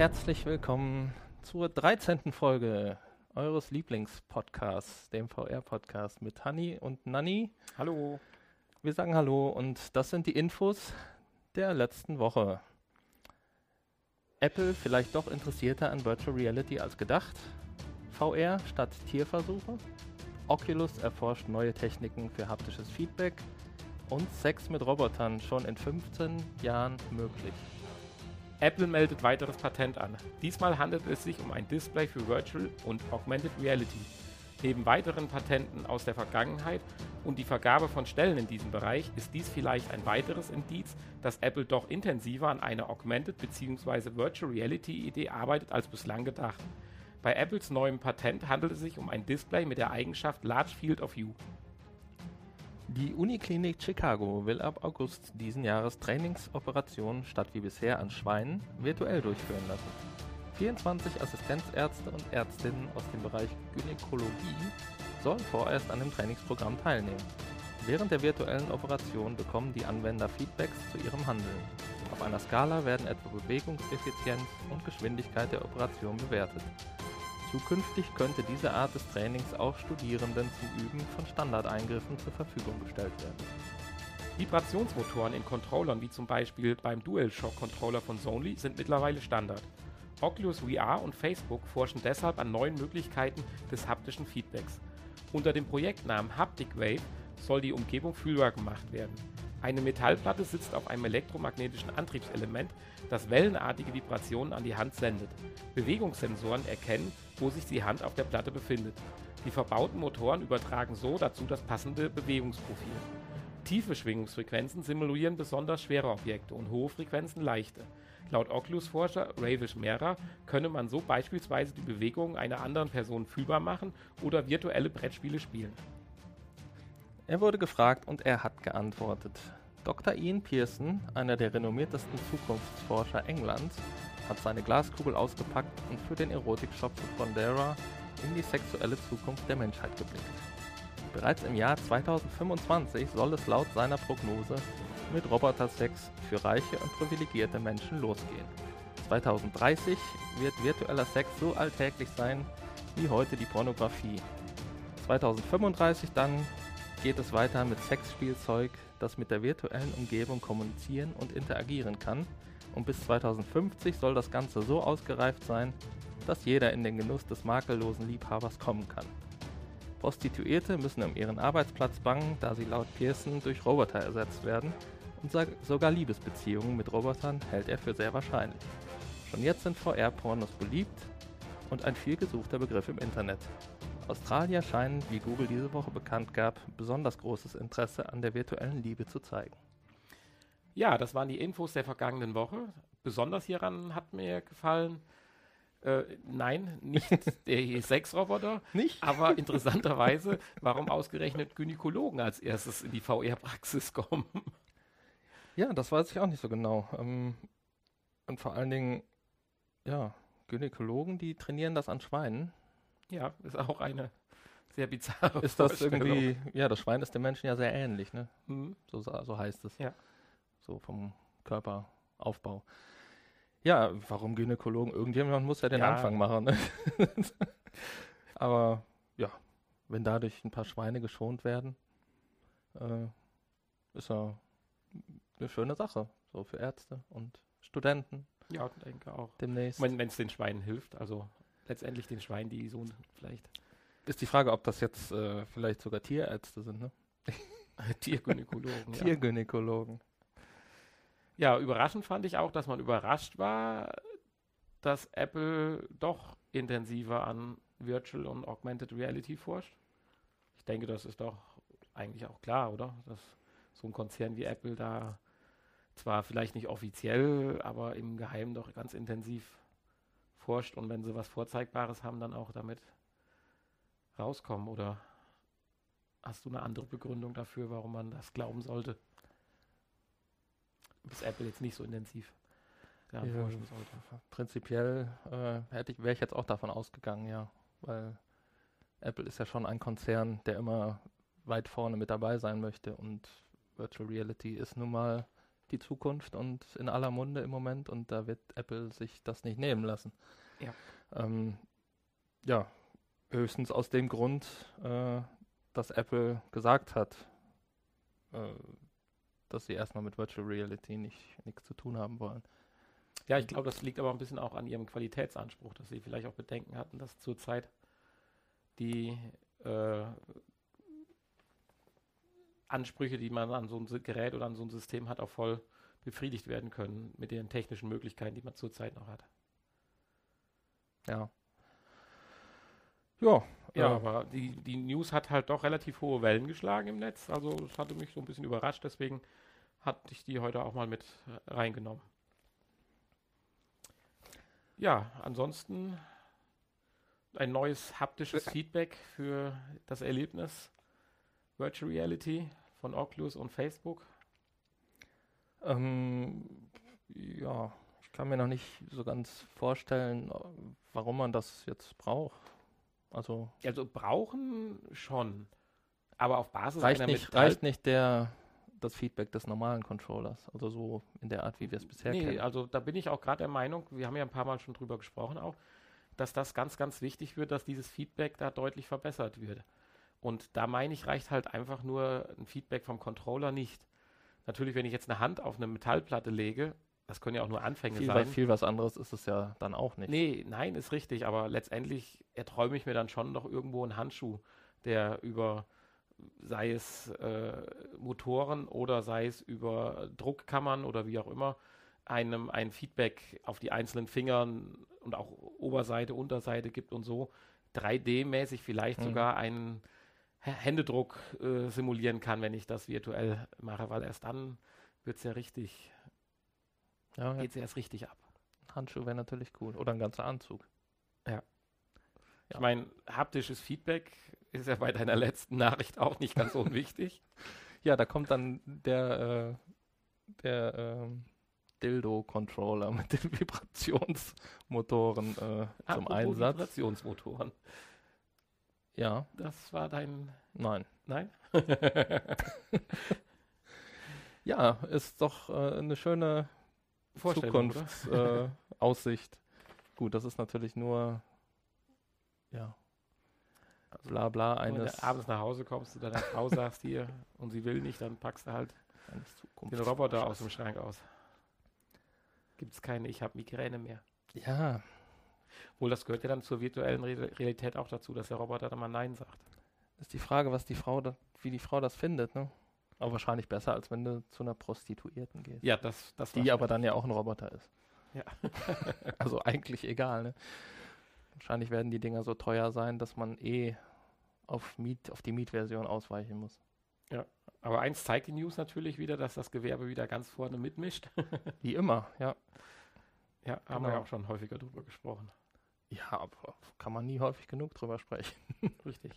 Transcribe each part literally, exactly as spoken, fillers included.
Herzlich willkommen zur dreizehnten Folge eures Lieblingspodcasts, dem V R-Podcast mit Hanni und Nanni. Hallo. Wir sagen Hallo und das sind die Infos der letzten Woche. Apple vielleicht doch interessierter an Virtual Reality als gedacht. V R statt Tierversuche. Oculus erforscht neue Techniken für haptisches Feedback. Und Sex mit Robotern schon in fünfzehn Jahren möglich. Apple meldet weiteres Patent an. Diesmal handelt es sich um ein Display für Virtual und Augmented Reality. Neben weiteren Patenten aus der Vergangenheit und die Vergabe von Stellen in diesem Bereich ist dies vielleicht ein weiteres Indiz, dass Apple doch intensiver an einer Augmented bzw. Virtual Reality Idee arbeitet als bislang gedacht. Bei Apples neuem Patent handelt es sich um ein Display mit der Eigenschaft Large Field of View. Die Uniklinik Chicago will ab August diesen Jahres Trainingsoperationen statt wie bisher an Schweinen virtuell durchführen lassen. vierundzwanzig Assistenzärzte und Ärztinnen aus dem Bereich Gynäkologie sollen vorerst an dem Trainingsprogramm teilnehmen. Während der virtuellen Operation bekommen die Anwender Feedbacks zu ihrem Handeln. Auf einer Skala werden etwa Bewegungseffizienz und Geschwindigkeit der Operation bewertet. Zukünftig könnte diese Art des Trainings auch Studierenden zum Üben von Standardeingriffen zur Verfügung gestellt werden. Vibrationsmotoren in Controllern wie zum Beispiel beim DualShock-Controller von Sony sind mittlerweile Standard. Oculus V R und Facebook forschen deshalb an neuen Möglichkeiten des haptischen Feedbacks. Unter dem Projektnamen Haptic Wave soll die Umgebung fühlbar gemacht werden. Eine Metallplatte sitzt auf einem elektromagnetischen Antriebselement, das wellenartige Vibrationen an die Hand sendet. Bewegungssensoren erkennen, wo sich die Hand auf der Platte befindet. Die verbauten Motoren übertragen so dazu das passende Bewegungsprofil. Tiefe Schwingungsfrequenzen simulieren besonders schwere Objekte und hohe Frequenzen leichte. Laut Oculus-Forscher Ravish Mehra könne man so beispielsweise die Bewegungen einer anderen Person fühlbar machen oder virtuelle Brettspiele spielen. Er wurde gefragt und er hat geantwortet. Doktor Ian Pearson, einer der renommiertesten Zukunftsforscher Englands, hat seine Glaskugel ausgepackt und für den Erotikshop Bondera in die sexuelle Zukunft der Menschheit geblickt. Bereits im Jahr zweitausendfünfundzwanzig soll es laut seiner Prognose mit Robotersex für reiche und privilegierte Menschen losgehen. zweitausenddreißig wird virtueller Sex so alltäglich sein wie heute die Pornografie. zweitausendfünfunddreißig dann geht es weiter mit Sexspielzeug, das mit der virtuellen Umgebung kommunizieren und interagieren kann. Und bis zweitausendfünfzig soll das Ganze so ausgereift sein, dass jeder in den Genuss des makellosen Liebhabers kommen kann. Prostituierte müssen um ihren Arbeitsplatz bangen, da sie laut Pearson durch Roboter ersetzt werden. Und sogar Liebesbeziehungen mit Robotern hält er für sehr wahrscheinlich. Schon jetzt sind V R-Pornos beliebt und ein viel gesuchter Begriff im Internet. Australier scheinen, wie Google diese Woche bekannt gab, besonders großes Interesse an der virtuellen Liebe zu zeigen. Ja, das waren die Infos der vergangenen Woche. Besonders hieran hat mir gefallen, äh, nein, nicht der Sexroboter, nicht? Aber interessanterweise, warum ausgerechnet Gynäkologen als erstes in die V R-Praxis kommen. Ja, das weiß ich auch nicht so genau. Ähm, und vor allen Dingen, ja, Gynäkologen, die trainieren das an Schweinen. Ja, ist auch eine sehr bizarre Ist das irgendwie, ja, das Schwein ist dem Menschen ja sehr ähnlich, ne? Mhm. So, so heißt es. Ja. So vom Körperaufbau. Ja, warum Gynäkologen? Irgendjemand muss ja den ja. Anfang machen, ne? Aber ja, wenn dadurch ein paar Schweine geschont werden, äh, ist ja eine schöne Sache, so für Ärzte und Studenten. Ja, ich denke auch. Demnächst. Wenn es den Schweinen hilft, also letztendlich den Schweinen, die so vielleicht. Ist die Frage, ob das jetzt äh, vielleicht sogar Tierärzte sind, ne? Tiergynäkologen. ja. Tiergynäkologen. Ja, überraschend fand ich auch, dass man überrascht war, dass Apple doch intensiver an Virtual und Augmented Reality forscht. Ich denke, das ist doch eigentlich auch klar, oder? Dass so ein Konzern wie Apple da zwar vielleicht nicht offiziell, aber im Geheimen doch ganz intensiv forscht und wenn sie was Vorzeigbares haben, dann auch damit rauskommen. Oder hast du eine andere Begründung dafür, warum man das glauben sollte? Bis Apple jetzt nicht so intensiv daran ja, forschen sollte. Prinzipiell äh, hätte ich, wäre ich jetzt auch davon ausgegangen, ja. Weil Apple ist ja schon ein Konzern, der immer weit vorne mit dabei sein möchte und Virtual Reality ist nun mal die Zukunft und in aller Munde im Moment und da wird Apple sich das nicht nehmen lassen. Ja. Ähm, ja, höchstens aus dem Grund, äh, dass Apple gesagt hat, äh, dass sie erstmal mit Virtual Reality nicht nichts zu tun haben wollen. Ja, ich glaube, das liegt aber ein bisschen auch an ihrem Qualitätsanspruch, dass sie vielleicht auch Bedenken hatten, dass zurzeit die äh, Ansprüche, die man an so ein Gerät oder an so ein System hat, auch voll befriedigt werden können mit den technischen Möglichkeiten, die man zurzeit noch hat. Ja. Ja, Ja, äh, aber die, die News hat halt doch relativ hohe Wellen geschlagen im Netz. Also das hatte mich so ein bisschen überrascht, deswegen hatte ich die heute auch mal mit reingenommen. Ja, ansonsten ein neues haptisches Feedback für das Erlebnis Virtual Reality von Oculus und Facebook. ähm, ja, ich kann mir noch nicht so ganz vorstellen, warum man das jetzt braucht. Also Also brauchen schon, aber auf Basis reicht einer nicht, Metall- reicht nicht der das Feedback des normalen Controllers, also so in der Art, wie wir es bisher Nee, kennen. also da bin ich auch gerade der Meinung, wir haben ja ein paar Mal schon drüber gesprochen auch, dass das ganz, ganz wichtig wird, dass dieses Feedback da deutlich verbessert wird. Und da meine ich, reicht halt einfach nur ein Feedback vom Controller nicht. Natürlich, wenn ich jetzt eine Hand auf eine Metallplatte lege, das können ja auch nur Anfänge Viel, sein. wa- viel was anderes ist es ja dann auch nicht. Nee, nein, ist richtig, aber letztendlich erträume ich mir dann schon noch irgendwo einen Handschuh, der über, sei es äh, Motoren oder sei es über Druckkammern oder wie auch immer, einem ein Feedback auf die einzelnen Fingern und auch Oberseite, Unterseite gibt und so drei D-mäßig vielleicht Mhm. sogar einen H- Händedruck äh, simulieren kann, wenn ich das virtuell mache, weil erst dann wird es ja richtig, Ja, ja. geht es erst richtig ab. Handschuh wäre natürlich cool. Oder ein ganzer Anzug. Ich Ja. meine, haptisches Feedback ist ja bei deiner letzten Nachricht auch nicht ganz unwichtig. Ja, da kommt dann der, äh, der ähm, Dildo-Controller mit den Vibrationsmotoren äh, zum Apropos Einsatz. Vibrationsmotoren. Ja, Das war dein... nein. Nein? Ja, ist doch äh, eine schöne Vorstellung, oder? Zukunftsaussicht. Äh, Aussicht. Gut, das ist natürlich nur, ja, Also, bla bla wenn eines, du abends nach Hause kommst und deiner Frau sagst hier und sie will nicht, dann packst du halt eines den Zukunfts Roboter aus dem Schrank aus. Gibt's keine, ich habe Migräne mehr. Ja, Wohl, das gehört ja dann zur virtuellen Re Realität auch dazu, dass der Roboter dann mal Nein sagt. ist die Frage, was die Frau da, wie die Frau das findet, ne? Aber wahrscheinlich besser, als wenn du zu einer Prostituierten gehst. Ja, das, das Die aber dann ja auch ein Roboter ist. Ja. Also eigentlich egal, ne? Wahrscheinlich werden die Dinger so teuer sein, dass man eh auf, Miet, auf die Mietversion ausweichen muss. Aber eins zeigt die News natürlich wieder, dass das Gewerbe wieder ganz vorne mitmischt. Wie immer, ja. Ja, haben wir ja Genau. auch schon häufiger drüber gesprochen. Ja, aber kann man nie häufig genug drüber sprechen. Richtig.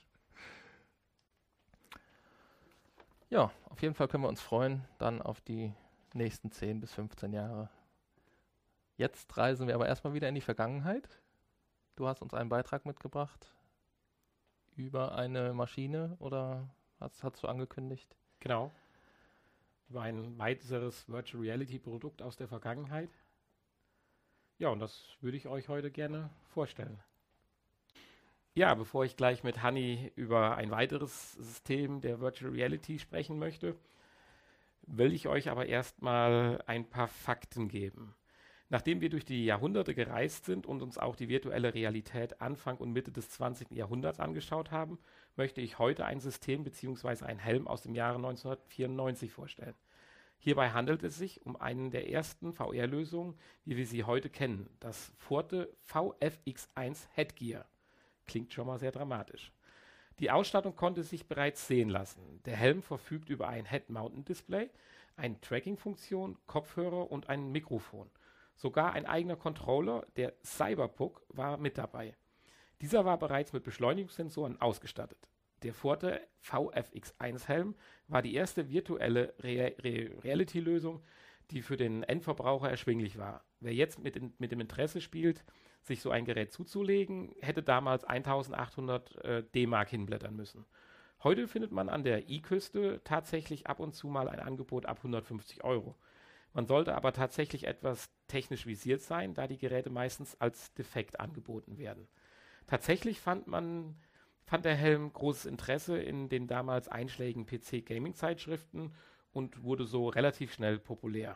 Ja, auf jeden Fall können wir uns freuen, dann auf die nächsten zehn bis fünfzehn Jahre. Jetzt reisen wir aber erstmal wieder in die Vergangenheit. Du hast uns einen Beitrag mitgebracht über eine Maschine oder hast, hast du angekündigt? Genau. Über ein weiteres Virtual Reality Produkt aus der Vergangenheit. Ja, und das würde ich euch heute gerne vorstellen. Ja, bevor ich gleich mit Hanni über ein weiteres System der Virtual Reality sprechen möchte, will ich euch aber erstmal ein paar Fakten geben. Nachdem wir durch die Jahrhunderte gereist sind und uns auch die virtuelle Realität Anfang und Mitte des zwanzigsten Jahrhunderts angeschaut haben, möchte ich heute ein System bzw. einen Helm aus dem Jahre neunzehnhundertvierundneunzig vorstellen. Hierbei handelt es sich um einen der ersten V R-Lösungen, wie wir sie heute kennen, das Forte V F X eins Headgear. Klingt schon mal sehr dramatisch. Die Ausstattung konnte sich bereits sehen lassen. Der Helm verfügt über ein Head-Mountain-Display, eine Tracking-Funktion, Kopfhörer und ein Mikrofon. Sogar ein eigener Controller, der Cyberpuck, war mit dabei. Dieser war bereits mit Beschleunigungssensoren ausgestattet. Der Forte V F X eins Helm war die erste virtuelle Re Re Reality-Lösung, die für den Endverbraucher erschwinglich war. Wer jetzt mit, in, mit dem Interesse spielt, sich so ein Gerät zuzulegen, hätte damals eintausendachthundert äh, D-Mark hinblättern müssen. Heute findet man an der i-Küste tatsächlich ab und zu mal ein Angebot ab hundertfünfzig Euro. Man sollte aber tatsächlich etwas technisch visiert sein, da die Geräte meistens als defekt angeboten werden. Tatsächlich fand man, fand der Helm großes Interesse in den damals einschlägigen P C-Gaming-Zeitschriften und wurde so relativ schnell populär.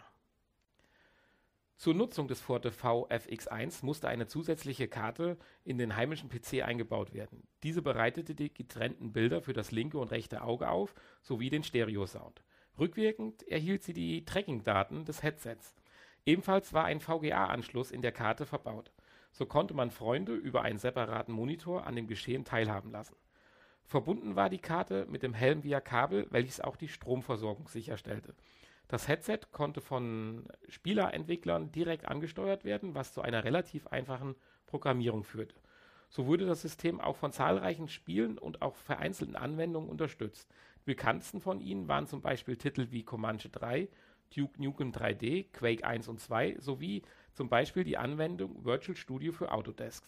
Zur Nutzung des Forte V F X eins musste eine zusätzliche Karte in den heimischen P C eingebaut werden. Diese bereitete die getrennten Bilder für das linke und rechte Auge auf, sowie den Stereo-Sound. Rückwirkend erhielt sie die Tracking-Daten des Headsets. Ebenfalls war ein V G A-Anschluss in der Karte verbaut. So konnte man Freunde über einen separaten Monitor an dem Geschehen teilhaben lassen. Verbunden war die Karte mit dem Helm via Kabel, welches auch die Stromversorgung sicherstellte. Das Headset konnte von Spielerentwicklern direkt angesteuert werden, was zu einer relativ einfachen Programmierung führte. So wurde das System auch von zahlreichen Spielen und auch vereinzelten Anwendungen unterstützt. Die bekanntesten von ihnen waren zum Beispiel Titel wie Comanche drei, Duke Nukem drei D, Quake eins und zwei sowie zum Beispiel die Anwendung Virtual Studio für Autodesk.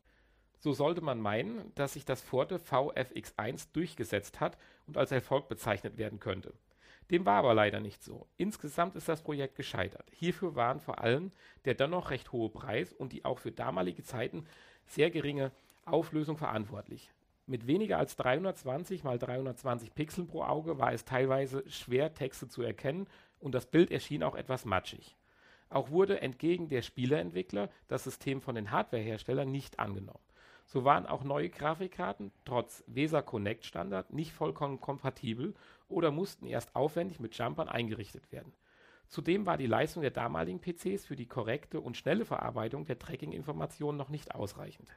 So sollte man meinen, dass sich das Forte V F X eins durchgesetzt hat und als Erfolg bezeichnet werden könnte. Dem war aber leider nicht so. Insgesamt ist das Projekt gescheitert. Hierfür waren vor allem der dennoch recht hohe Preis und die auch für damalige Zeiten sehr geringe Auflösung verantwortlich. Mit weniger als dreihundertzwanzig mal dreihundertzwanzig Pixeln pro Auge war es teilweise schwer, Texte zu erkennen und das Bild erschien auch etwas matschig. Auch wurde entgegen der Spieleentwickler das System von den Hardwareherstellern nicht angenommen. So waren auch neue Grafikkarten trotz V E S A Connect Standard nicht vollkommen kompatibel oder mussten erst aufwendig mit Jumpern eingerichtet werden. Zudem war die Leistung der damaligen P Cs für die korrekte und schnelle Verarbeitung der Tracking-Informationen noch nicht ausreichend.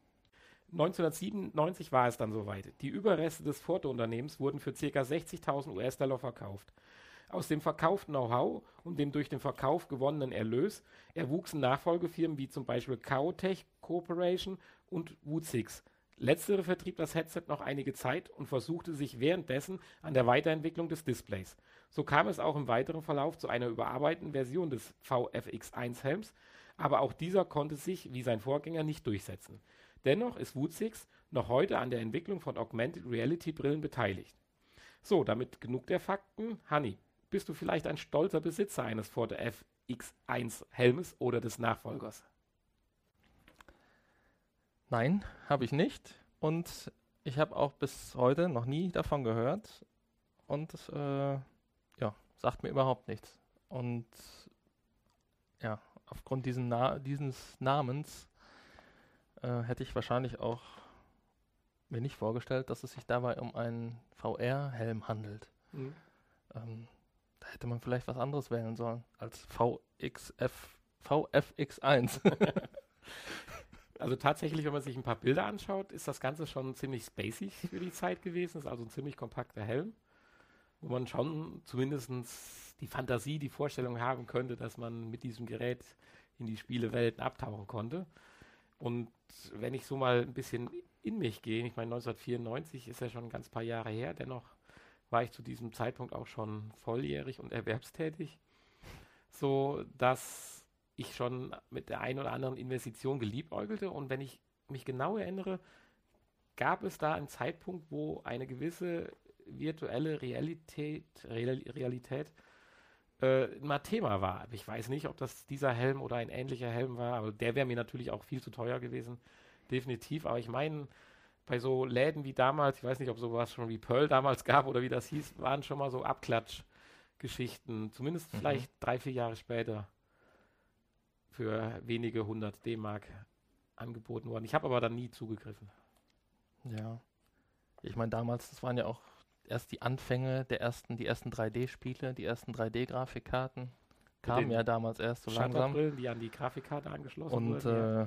neunzehnhundertsiebenundneunzig war es dann soweit. Die Überreste des Forte-Unternehmens wurden für ca. sechzigtausend US-Dollar verkauft. Aus dem verkauften Know-how und dem durch den Verkauf gewonnenen Erlös erwuchsen Nachfolgefirmen wie zum Beispiel Chaotech Corporation und Woozix. Letztere vertrieb das Headset noch einige Zeit und versuchte sich währenddessen an der Weiterentwicklung des Displays. So kam es auch im weiteren Verlauf zu einer überarbeiteten Version des V F X eins Helms, aber auch dieser konnte sich, wie sein Vorgänger, nicht durchsetzen. Dennoch ist Woozix noch heute an der Entwicklung von Augmented Reality Brillen beteiligt. So, damit genug der Fakten. Hanni, bist du vielleicht ein stolzer Besitzer eines Forte F X eins Helmes oder des Nachfolgers? Nein, habe ich nicht. Und ich habe auch bis heute noch nie davon gehört. Und äh, ja, sagt mir überhaupt nichts. Und ja, aufgrund diesen Na- dieses Namens äh, hätte ich wahrscheinlich auch mir nicht vorgestellt, dass es sich dabei um einen V R-Helm handelt. Mhm. Ähm, da hätte man vielleicht was anderes wählen sollen als V X F, V F X eins. Also tatsächlich, wenn man sich ein paar Bilder anschaut, ist das Ganze schon ziemlich spacig für die Zeit gewesen. Ist also ein ziemlich kompakter Helm, wo man schon zumindest die Fantasie, die Vorstellung haben könnte, dass man mit diesem Gerät in die Spielewelten abtauchen konnte. Und wenn ich so mal ein bisschen in mich gehe, ich meine neunzehnhundertvierundneunzig ist ja schon ein ganz paar Jahre her, dennoch war ich zu diesem Zeitpunkt auch schon volljährig und erwerbstätig, so dass ich schon mit der einen oder anderen Investition geliebäugelte. Und wenn ich mich genau erinnere, gab es da einen Zeitpunkt, wo eine gewisse virtuelle Realität, Real, Realität äh, mal Thema war. Ich weiß nicht, ob das dieser Helm oder ein ähnlicher Helm war, aber der wäre mir natürlich auch viel zu teuer gewesen, definitiv. Aber ich meine, bei so Läden wie damals, ich weiß nicht, ob sowas schon wie Pearl damals gab oder wie das hieß, waren schon mal so Abklatschgeschichten, zumindest mhm. vielleicht drei, vier Jahre später, für wenige hundert D-Mark angeboten worden. Ich habe aber dann nie zugegriffen. Ja. Ich meine, damals, das waren ja auch erst die Anfänge der ersten, die ersten drei D-Spiele, die ersten drei D-Grafikkarten. Kamen ja damals erst so langsam. Die an die Grafikkarte angeschlossen Und wurden. Äh,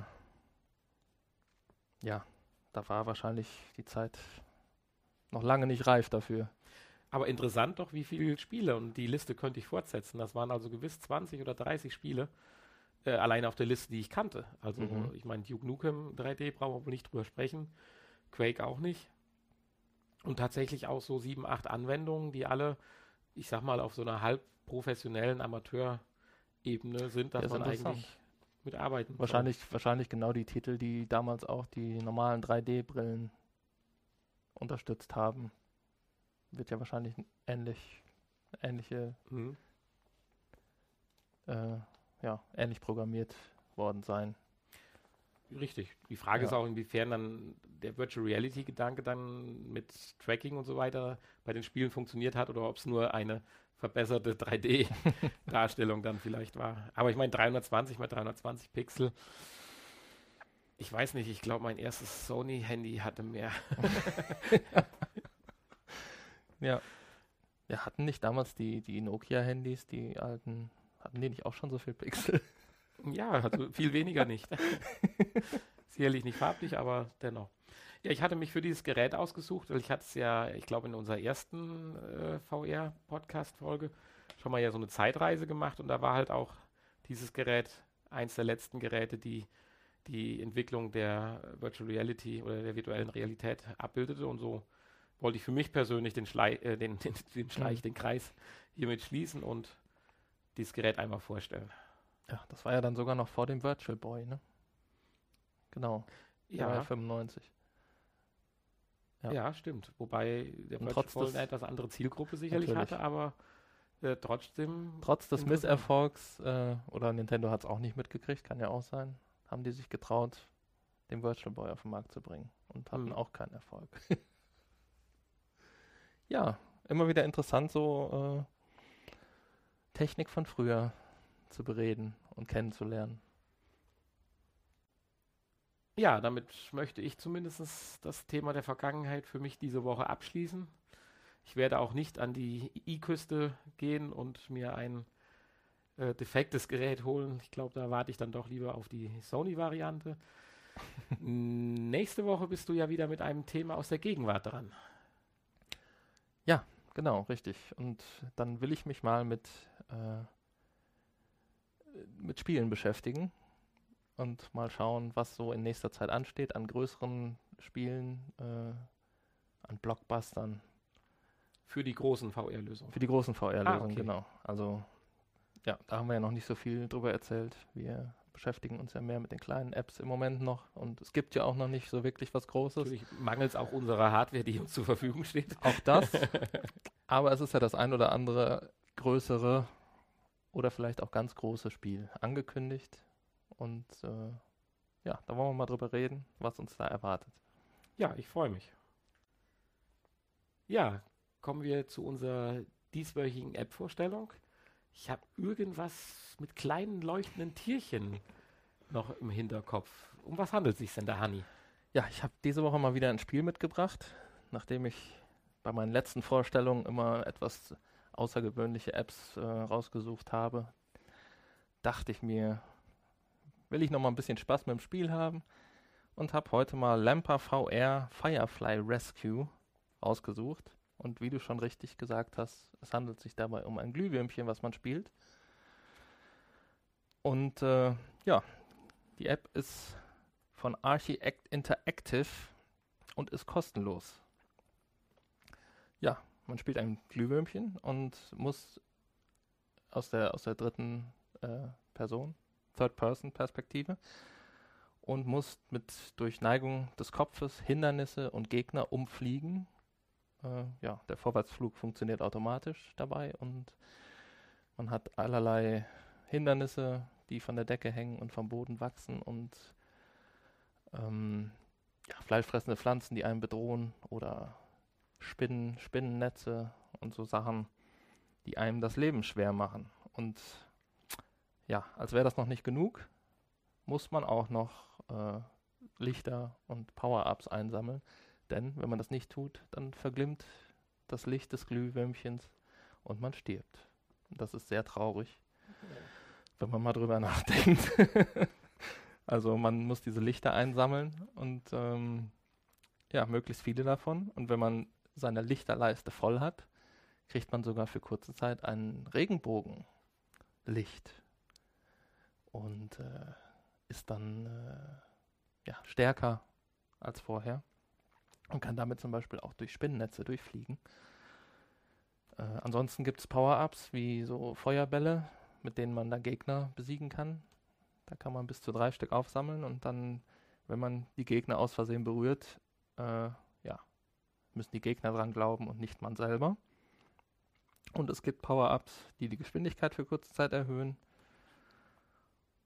ja, da war wahrscheinlich die Zeit noch lange nicht reif dafür. Aber interessant doch, wie viele Spiele, und die Liste könnte ich fortsetzen. Das waren also gewiss zwanzig oder dreißig Spiele, Äh, alleine auf der Liste, die ich kannte. Also mhm. ich meine, Duke Nukem drei D brauchen wir wohl nicht drüber sprechen. Quake auch nicht. Und tatsächlich auch so sieben, acht Anwendungen, die alle, ich sag mal, auf so einer halb professionellen Amateurebene sind, dass man eigentlich mitarbeiten kann. Wahrscheinlich, wahrscheinlich genau die Titel, die damals auch die normalen drei D-Brillen unterstützt haben. Wird ja wahrscheinlich ähnlich, ähnliche mhm. äh, ja, ähnlich programmiert worden sein. Richtig. Die Frage Ja. ist auch, inwiefern dann der Virtual Reality Gedanke dann mit Tracking und so weiter bei den Spielen funktioniert hat oder ob es nur eine verbesserte drei D-Darstellung dann vielleicht war. Aber ich meine, dreihundertzwanzig mal dreihundertzwanzig Pixel. Ich weiß nicht, ich glaube, mein erstes Sony-Handy hatte mehr. Ja. Wir hatten nicht damals die, die Nokia-Handys, die alten, hatten die nicht auch schon so viel Pixel? Ja, also viel weniger nicht. Sicherlich nicht farblich, aber dennoch. Ja, ich hatte mich für dieses Gerät ausgesucht, weil ich hatte es ja, ich glaube, in unserer ersten äh, V R-Podcast-Folge schon mal ja so eine Zeitreise gemacht und da war halt auch dieses Gerät eins der letzten Geräte, die die Entwicklung der Virtual Reality oder der virtuellen Realität abbildete und so wollte ich für mich persönlich den, Schlei äh, den, den, den Schleich, Mhm. den Kreis hiermit schließen und dieses Gerät einmal vorstellen. Ja, das war ja dann sogar noch vor dem Virtual Boy, ne? Genau. Der war ja Ja, fünfundneunzig. Ja. ja, stimmt. Wobei der Und Virtual trotz Boy des- eine etwas andere Zielgruppe sicherlich Natürlich. hatte, aber äh, trotzdem. Trotz des interessant. Misserfolgs, äh, oder Nintendo hat es auch nicht mitgekriegt, kann ja auch sein, haben die sich getraut, den Virtual Boy auf den Markt zu bringen und hatten Mhm. auch keinen Erfolg. Ja, immer wieder interessant, so äh, Technik von früher zu bereden und kennenzulernen. Ja, damit möchte ich zumindest das Thema der Vergangenheit für mich diese Woche abschließen. Ich werde auch nicht an die I-Küste gehen und mir ein äh, defektes Gerät holen. Ich glaube, da warte ich dann doch lieber auf die Sony-Variante. Nächste Woche bist du ja wieder mit einem Thema aus der Gegenwart dran. Genau, richtig. Und dann will ich mich mal mit, äh, mit Spielen beschäftigen und mal schauen, was so in nächster Zeit ansteht an größeren Spielen, äh, an Blockbustern. Für die großen V R-Lösungen. Für die großen V R-Lösungen, Ah, okay. genau. Also, ja, da haben wir ja noch nicht so viel drüber erzählt. Wir beschäftigen uns ja mehr mit den kleinen Apps im Moment noch. Und es gibt ja auch noch nicht so wirklich was Großes. Natürlich mangels auch unserer Hardware, die uns zur Verfügung steht. Auch das. Aber es ist ja das ein oder andere größere oder vielleicht auch ganz große Spiel angekündigt. Und äh, ja, da wollen wir mal drüber reden, was uns da erwartet. Ja, ich freue mich. Ja, kommen wir zu unserer dieswöchigen App-Vorstellung. Ich habe irgendwas mit kleinen leuchtenden Tierchen noch im Hinterkopf. Um was handelt es sich denn da, Hanni? Ja, ich habe diese Woche mal wieder ein Spiel mitgebracht, nachdem ich bei meinen letzten Vorstellungen immer etwas außergewöhnliche Apps äh, rausgesucht habe. Dachte ich mir, will ich noch mal ein bisschen Spaß mit dem Spiel haben und habe heute mal Lampa V R Firefly Rescue ausgesucht. Und wie du schon richtig gesagt hast, es handelt sich dabei um ein Glühwürmchen, was man spielt. Und äh, ja, die App ist von Architect Interactive und ist kostenlos. Ja, man spielt ein Glühwürmchen und muss aus der, aus der dritten äh, Person, Third-Person-Perspektive, und muss mit durch Neigung des Kopfes Hindernisse und Gegner umfliegen. Äh, ja, der Vorwärtsflug funktioniert automatisch dabei und man hat allerlei Hindernisse, die von der Decke hängen und vom Boden wachsen und ähm, ja, fleischfressende Pflanzen, die einen bedrohen oder Spinnen, Spinnennetze und so Sachen, die einem das Leben schwer machen. Und ja, als wäre das noch nicht genug, muss man auch noch äh, Lichter und Power-Ups einsammeln. Denn wenn man das nicht tut, dann verglimmt das Licht des Glühwürmchens und man stirbt. Das ist sehr traurig, wenn man mal drüber nachdenkt. Also man muss diese Lichter einsammeln und ähm, ja, möglichst viele davon. Und wenn man seine Lichterleiste voll hat, kriegt man sogar für kurze Zeit ein Regenbogenlicht und äh, ist dann äh, ja, stärker als vorher und kann damit zum Beispiel auch durch Spinnennetze durchfliegen. Äh, ansonsten gibt es Power-Ups wie so Feuerbälle, mit denen man dann Gegner besiegen kann. Da kann man bis zu drei Stück aufsammeln und dann, wenn man die Gegner aus Versehen berührt, äh, ja, müssen die Gegner dran glauben und nicht man selber. Und es gibt Power-Ups, die die Geschwindigkeit für kurze Zeit erhöhen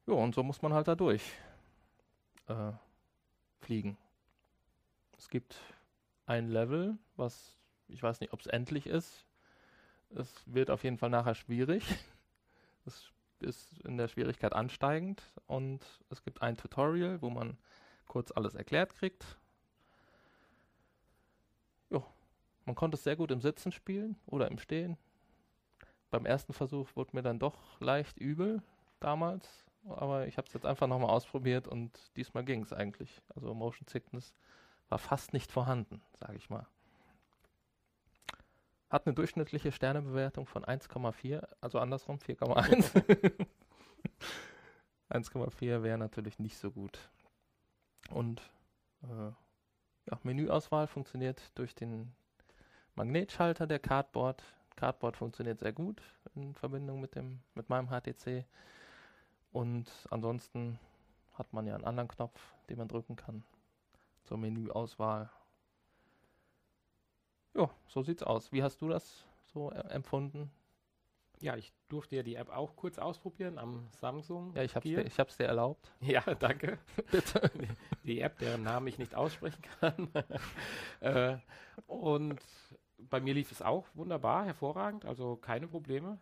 Ja, und so muss man halt da durch äh, fliegen. Es gibt ein Level, was, ich weiß nicht, ob es endlich ist. Es wird auf jeden Fall nachher schwierig. Es ist in der Schwierigkeit ansteigend und es gibt ein Tutorial, wo man kurz alles erklärt kriegt. Jo, man konnte es sehr gut im Sitzen spielen oder im Stehen. Beim ersten Versuch wurde mir dann doch leicht übel damals, aber ich habe es jetzt einfach nochmal ausprobiert und diesmal ging es eigentlich. Also Motion Sickness war fast nicht vorhanden, sage ich mal. Hat eine durchschnittliche Sternebewertung von eins Komma vier, also andersrum vier Komma eins. eins Komma vier wäre natürlich nicht so gut. Und äh, ja, Menüauswahl funktioniert durch den Magnetschalter der Cardboard. Cardboard funktioniert sehr gut in Verbindung mit dem mit meinem H T C. Und ansonsten hat man ja einen anderen Knopf, den man drücken kann zur Menüauswahl. Ja, so sieht's aus. Wie hast du das so äh, empfunden? Ja, ich durfte ja die App auch kurz ausprobieren am Samsung. Ja, ich hab's, Gear. dir, ich hab's dir erlaubt. Ja, danke. Bitte. Die, die App, deren Namen ich nicht aussprechen kann. äh, und bei mir lief es auch wunderbar, hervorragend, also keine Probleme.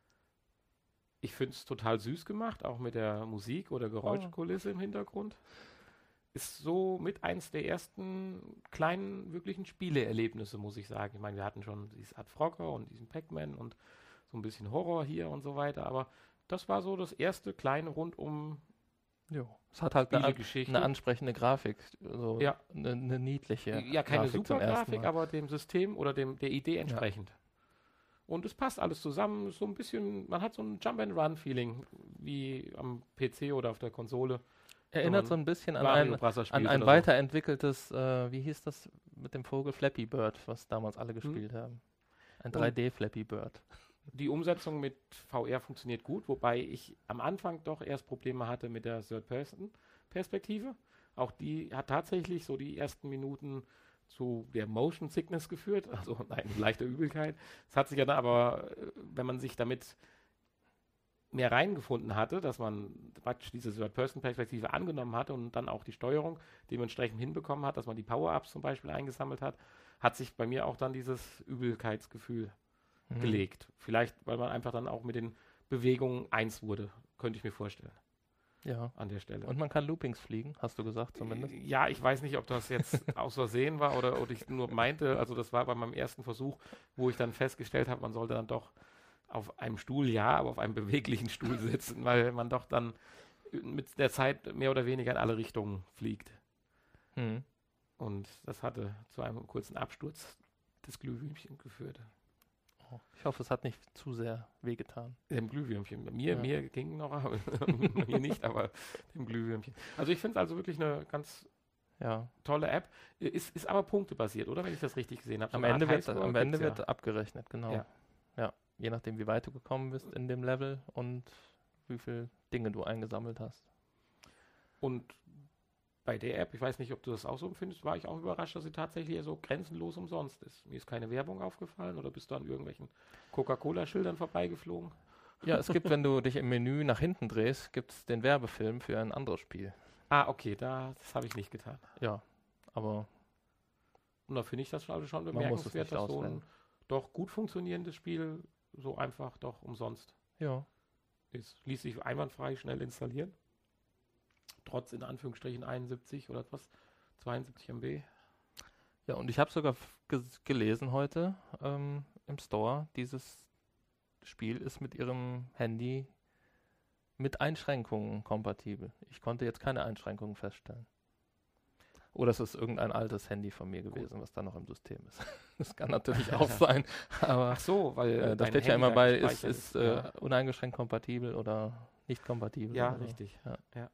Ich finde es total süß gemacht, auch mit der Musik oder Geräuschkulisse oh. im Hintergrund. Ist so mit eins der ersten kleinen, wirklichen Spieleerlebnisse, muss ich sagen. Ich meine, wir hatten schon dieses Art Frogger und diesen Pac-Man und so ein bisschen Horror hier und so weiter, aber das war so das erste kleine rundum. Jo. Es hat halt eine, an, eine ansprechende Grafik, so ja. eine, eine niedliche. Ja, keine super Grafik, aber dem System oder dem der Idee entsprechend. Ja. Und es passt alles zusammen, so ein bisschen, man hat so ein Jump-and-Run-Feeling, wie am P C oder auf der Konsole. Erinnert so ein bisschen an ein, an ein weiterentwickeltes, äh, wie hieß das mit dem Vogel, Flappy Bird, was damals alle gespielt hm. haben. Ein drei D Flappy Bird. Die Umsetzung mit V R funktioniert gut, wobei ich am Anfang doch erst Probleme hatte mit der Third-Person-Perspektive. Auch die hat tatsächlich so die ersten Minuten zu der Motion Sickness geführt, also eine leichte Übelkeit. Es hat sich ja dann aber, wenn man sich damit mehr reingefunden hatte, dass man praktisch diese Third-Person-Perspektive angenommen hatte und dann auch die Steuerung dementsprechend hinbekommen hat, dass man die Power-Ups zum Beispiel eingesammelt hat, hat sich bei mir auch dann dieses Übelkeitsgefühl mhm. gelegt. Vielleicht, weil man einfach dann auch mit den Bewegungen eins wurde, könnte ich mir vorstellen. Ja. An der Stelle. Und man kann Loopings fliegen, hast du gesagt zumindest? Ja, ich weiß nicht, ob das jetzt aus Versehen war oder, oder ich nur meinte, also das war bei meinem ersten Versuch, wo ich dann festgestellt habe, man sollte dann doch auf einem Stuhl, ja, aber auf einem beweglichen Stuhl sitzen, weil man doch dann mit der Zeit mehr oder weniger in alle Richtungen fliegt. Hm. Und das hatte zu einem kurzen Absturz des Glühwürmchen geführt. Oh, ich hoffe, es hat nicht zu sehr wehgetan. Dem Glühwürmchen. Mir, ja. mir ging noch, aber mir nicht, aber dem Glühwürmchen. Also ich finde es also wirklich eine ganz ja. tolle App. Ist, ist aber punktebasiert, oder? Wenn ich das richtig gesehen habe. Am so Ende, wird, am Ende wird ja. abgerechnet, genau. Ja. ja. Je nachdem, wie weit du gekommen bist in dem Level und wie viele Dinge du eingesammelt hast. Und bei der App, ich weiß nicht, ob du das auch so empfindest, war ich auch überrascht, dass sie tatsächlich so grenzenlos umsonst ist. Mir ist keine Werbung aufgefallen oder bist du an irgendwelchen Coca-Cola-Schildern vorbeigeflogen? Ja, es gibt, wenn du dich im Menü nach hinten drehst, gibt es den Werbefilm für ein anderes Spiel. Ah, okay, da, das habe ich nicht getan. Ja, aber und da finde ich das also schon bemerkenswert, dass so ein doch gut funktionierendes Spiel so einfach doch umsonst ja. ist. Ließ sich einwandfrei schnell installieren. Trotz in Anführungsstrichen einundsiebzig oder was, zweiundsiebzig Megabyte. Ja, und ich habe sogar g- gelesen heute ähm, im Store, dieses Spiel ist mit ihrem Handy mit Einschränkungen kompatibel. Ich konnte jetzt keine Einschränkungen feststellen. Oder es ist irgendein altes Handy von mir gewesen, Gut. was da noch im System ist. Das kann natürlich auch sein. Aber Ach so, weil äh, da steht ja immer bei, ist, ist äh, ja. uneingeschränkt kompatibel oder nicht kompatibel. Ja, oder richtig. So. Ja. Ja.